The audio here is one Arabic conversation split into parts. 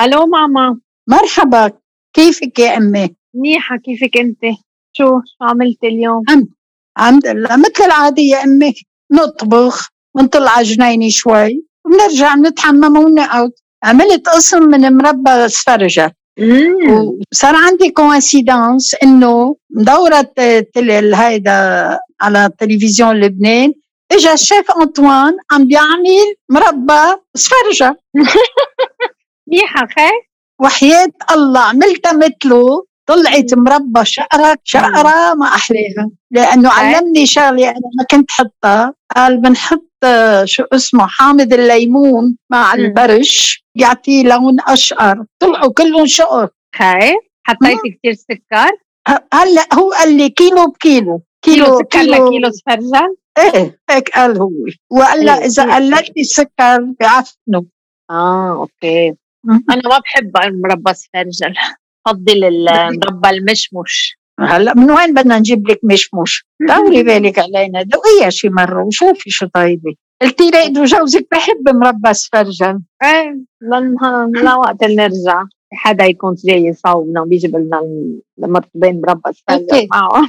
الو ماما. مرحبا، كيفك يا أمي؟ منيحة، كيفك انت؟ شو عملت اليوم؟ الحمد لله مثل العادة يا أمي، نطبخ ونطلع جنيني شوي ونرجع نتحمم ونقعد. عملت قسم من مربى سفرجة، وصار عندي كوانسيدانس إنه دورة هيدا على تلفزيون لبنان إجا الشيف أنطوان عم بيعمل مربى سفرجة. منيحة خير؟ وحياة الله عملتها مثله، طلعت مربى شقرة ما أحلاها، لأنه علمني شغلة أنا ما كنت حطها. قال بنحط شو اسمه حامض الليمون مع البرش يعطيه لون أشقر، طلعوا كلهم شقر. خير حطيتي كتير سكر؟ هلا هو قال لي كيلو بكيلو، كيلو سكر لكيلو سفرجل؟ ايه هيك قال هو، وقال لا إذا قللتي السكر بعفنه. أوكي. أنا ما بحب المربى سفرجل، بفضل المربى المشمش. هلا من وين بدنا نجيب لك مشمش؟ طولي بالك علينا، دوقيها شي مرة وشوفي شو طيبة. قلتي لي إنه جوزك بحب مربى سفرجل. ايه لا وقت نرجع حدا يكون جاي يصاوبنا وبيجيب لنا المرتبين مربى سفرجل معه.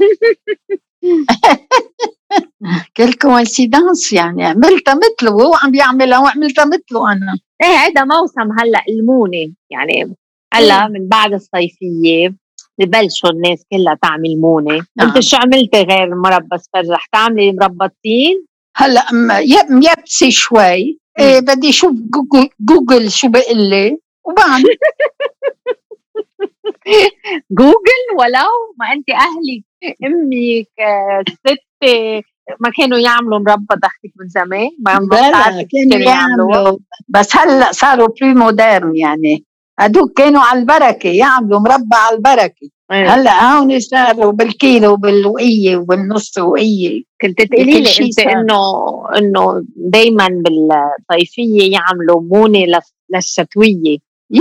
كل كوينسيدانس يعني، عملتها مثله وهو عم بيعملها وعملتها مثله أنا. ايه هيدا موسم هلا المونة، يعني هلا من بعد الصيفية ببلشوا الناس كلها تعمل مونة. انت شو عملتي غير مربى سفرجل؟ رح تعملي مربى تين؟ هلا يبسي شوي. إيه بدي اشوف جوجل شو بقول لي وبعمل. جوجل ولو ما انت اهلك امك ستي ما كانوا يعملوا مربى ضحكك من زمان؟ لا كانوا يعملوا، بس هلا صاروا بري مودرن يعني. هدوك كانوا على البركة يعملوا مربى على البركة. هلا هون صاروا بالكيلو وبالوقية وبالنص وقية. كنت تقولي لي انت انه دايما بالصيفية يعملوا مونة للشتوية.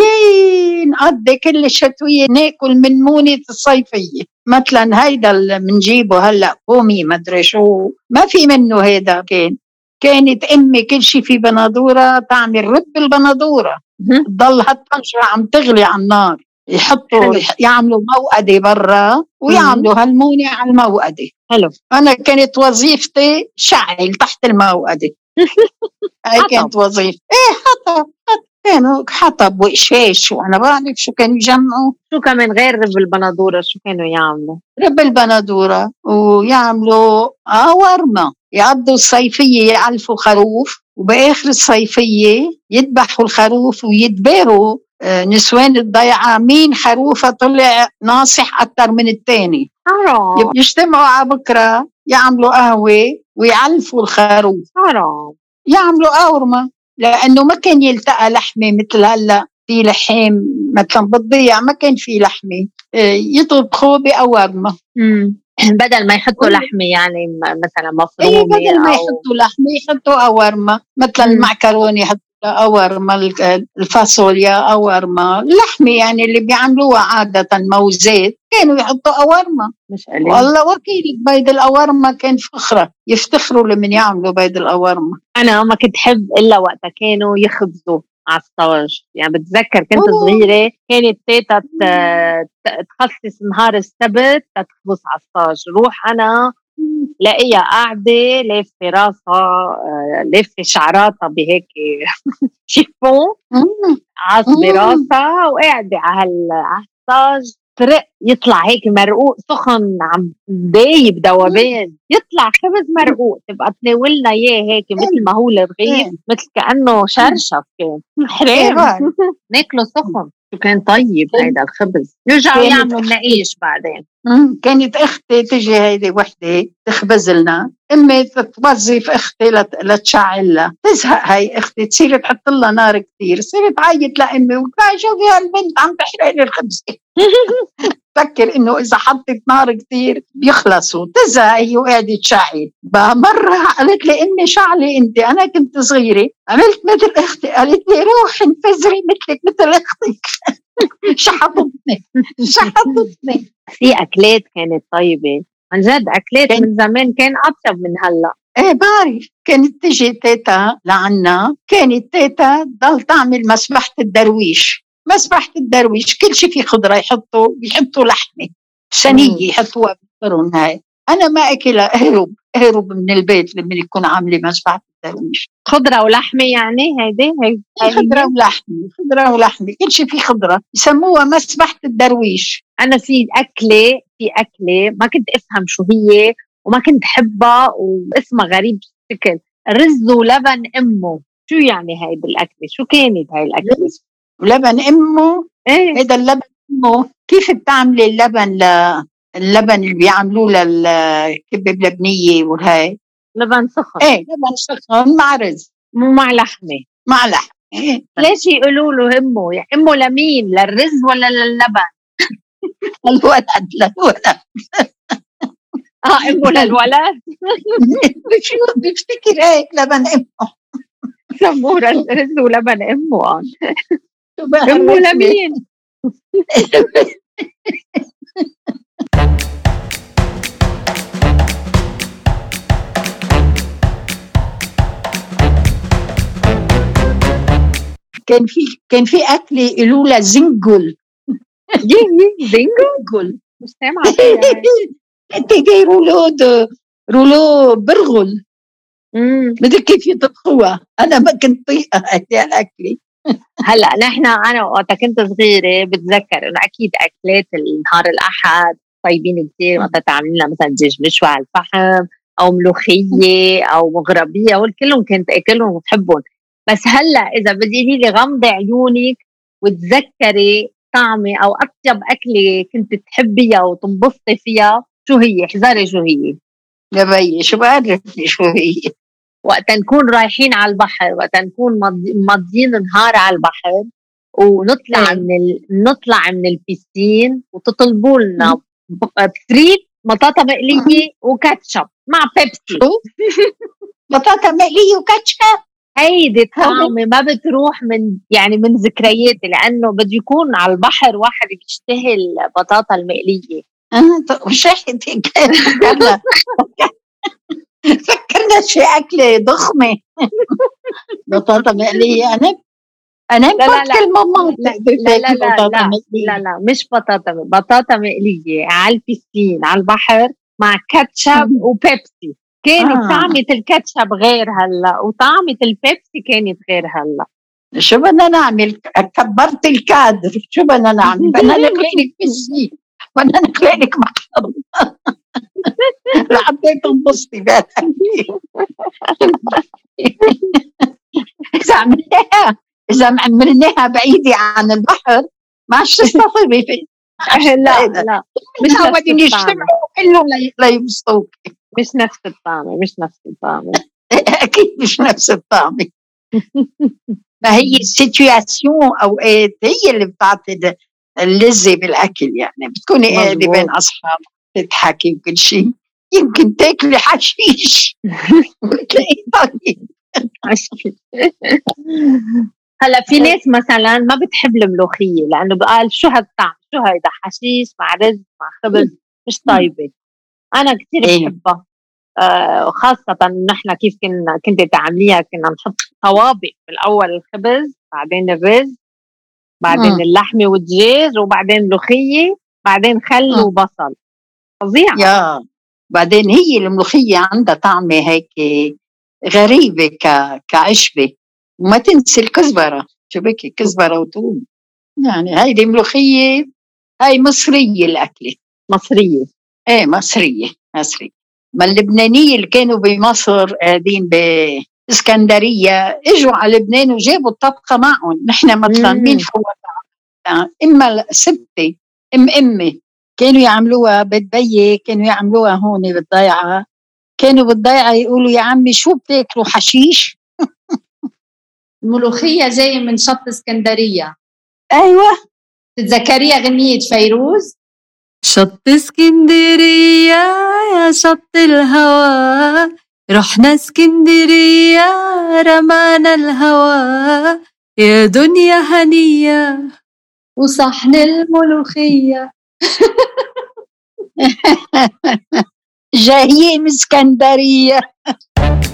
نقضي كل الشتوية ناكل من مونة الصيفية. مثلا هيدا اللي منجيبه هلا قومي ما ادري شو، ما في منه. هيدا كانت امي كل شيء في بندوره تعمل رد بالبندوره، تضل هالطنجره عم تغلي على النار، يحطوا يعملوا موقده برا ويعملوا هالمونه على الموقده. حلو. انا كانت وظيفتي شعل تحت الموقده. هاي كانت وظيفتي. ايه حطب كانوا حطب وقشاش وانا بعرف شو كانوا يجمعوا. شو كمان غير رب البندوره شو كانوا يعملوا؟ رب البندوره ويعملوا ورمه. يقضوا الصيفيه يعلفوا خروف، وباخر الصيفيه يذبحوا الخروف ويدبروا نسوان الضيعه مين خروفه طلع ناصح اكثر من الثاني. يجتمعوا على بكره يعملوا قهوه ويعلفوا الخروف. يعملوا أورمة، لأنه ما كان يلتقى لحمة مثل هلا في لحم مثلا بالضيع، ما كان في لحمة يطبخوا بأورمة. بدل ما يحطوا لحمة يعني مثلا مفرومة. بدل ما يحطوا لحمة يحطوا أورمة، مثلا المعكرونة يحطوا أورمة، الفاصوليا أورمة، اللحمة يعني اللي بيعملوها عادة موزات كانوا يحطوا أورمة. مش قليل والله وكيلك بيض الأورمة كان فخرة، يفتخروا لمن يعملوا بيض الأورمة. أنا ما كنت حب إلا وقتها كانوا يخبزوا على الصاج. يعني بتذكر كنت صغيرة كانت تيتا تخصص نهار السبت تخبز على الصاج، روح أنا لاقيها قاعدة لافة راسها لافة شعراتها بهيك شيفون عصبي راسها وقاعدة على الصاج فرق يطلع هيك مرقوق سخن عم دايب دوبان، يطلع خبز مرقوق تبقى تناولنا اياه هيك مثل ما هو الرغيف، مثل كأنه شرشف كان حرام ناكله سخن. شو كان طيب هيدا الخبز. يرجعوا يعملوا مناقيش بعدين. كانت اختي تجي هيدي وحده تخبز لنا، امي توظف اختي لتشعل لها، تزهق هاي اختي تصير تحط لها نار كثير، تصير تعيط لامي وتقول شوفي هالبنت عم تحرق لي الخبز. تفكر انه اذا حطت نار كثير بيخلصوا، تزهق هي وقاعده تشعل. مره قالت لي امي شعلي انت، انا كنت صغيره عملت مثل اختي، قالت لي روحي انفجري مثلك مثل اختك. شحطتني. في اكلات كانت طيبه عن جد، اكلات من زمان كان اطيب من هلا. ايه بعرف. كانت تجي تيتا لعنا، كانت تيتا ضل تعمل مسبحة الدرويش. مسبحة الدرويش كل شيء فيه خضرة بيحطوا لحمة سنية يحطوها بالفرن. هاي أنا ما أكلها، أهرب من البيت لما يكون عاملة مسبحة الدرويش. خضرة ولحمة يعني هيدي خضرة ولحمة كل شيء فيه خضرة، يسموها مسبحة الدرويش. أنا في أكلة ما كنت أفهم شو هي وما كنت أحبها واسمها غريب شكل، رز ولبن أمه. شو يعني هاي الأكلة؟ شو كانت هاي الأكلة؟ ولبن أمه؟ إيه هذا اللبن أمه. كيف بتعملي اللبن اللي بيعملوه للكبة بلبنية والهاي؟ لبن سخن. ايه لبن سخن مع رز، مو مع لحمة. مع لحمة. إيه. ليش يقولوا له أمه؟ يعني أمه لمين؟ للرز ولا للبن؟ الولد أمه للولد. شو بفتكر هيك لبن أمه سموه رز ولبن أمه. أمه أمه لمين؟ كان في أكلة يقولوا لها زنجل. زنجل مش سامعة فيها. انت جاي رولو برغل. بدك كيف يطبخوها؟ انا ما كنت طيقه هاي الاكله. هلا انا وقت كنت صغيره بتذكر انه اكيد اكلات النهار الاحد طيبين كثير، وقت تعملين لنا مثلا دجاج مشوي على الفحم او ملوخيه او مغربيه، والكلهم كنت اكلهم وبحبهم. بس هلا اذا بدي لي غمضي عيونك وتذكري طعمه او اطيب اكله كنت تحبيها وتنبسطي فيها، شو هي؟ احذري شو هي. يا بيي شو بعرفني شو هي. وقت نكون رايحين على البحر، وقت نكون ماضيين نهار على البحر ونطلع نطلع من البيسين وتطلبوا لنا فريت بطاطا مقليه وكاتشب مع بيبسي. بطاطا مقليه وكاتشب، هيدي الطعمة ما بتروح من ذكرياتي، لأنه بده يكون على البحر واحد بيشتهي البطاطا المقلية. وشحتك فكرنا شي أكلة ضخمة. بطاطا مقلية. أنا بفكر ماما لا مش بطاطا مقلية على البيسين على البحر مع كاتشب وبيبسي. كانت طعمة الكاتشب غير هلا وطعمة البيبسي كانت غير هلا. شو بدنا نعمل؟ كبرت الكادر. شو بدنا نعمل؟ بدنا نخلق لك بيسين، بدنا نخلق لك محضر لحتى تنبسطي بالك. إذا عملناها بعيدة عن البحر ما عادش تستطيعي في. لا مش بدهم يجتمعوا كلهم ليبسطوك. مش نفس الطعمة. أكيد مش نفس الطعمة. ما هي السيتواسيون أوقات هي اللي بتعطي اللذة بالأكل. يعني بتكوني قاعدة بين أصحاب تضحكي وكل شيء، يمكن تاكلي حشيش وتلاقي طيب. هلا في ناس مثلا ما بتحب الملوخية لأنه بقال شو هالطعم، شو هيدا حشيش مع رز مع خبز مش طيبة. أنا كتير بحبها. وخاصة نحن كيف كنت تعمليها، كنا نحط طوابق بالأول الخبز، بعدين الرز، بعدين اللحمة والدجاج، وبعدين ملوخية، بعدين خل وبصل. فظيعة. يا بعدين هي الملوخية عندها طعمة هيك غريبة كعشبة. وما تنسي الكزبرة، شو بكي كزبرة وثوم. يعني هيدي ملوخية، هاي مصرية الأكلة. مصرية. ايه مصرية. ما اللبنانية اللي كانوا بمصر قاعدين بإسكندرية اجوا على لبنان وجابوا الطبخة معهم. نحن مثلا مين فوتها؟ إما ستي أمي كانوا يعملوها بتبي، كانوا يعملوها هون بالضيعة. كانوا بالضيعة يقولوا يا عمي شو بتاكلوا حشيش؟ الملوخية جاية من شط اسكندرية. أيوة. تتذكريها غنية فيروز؟ شط اسكندرية يا شط الهوى، رحنا اسكندرية رمانا الهوى، يا دنيا هنية وصحن الملوخية. جايين من اسكندرية.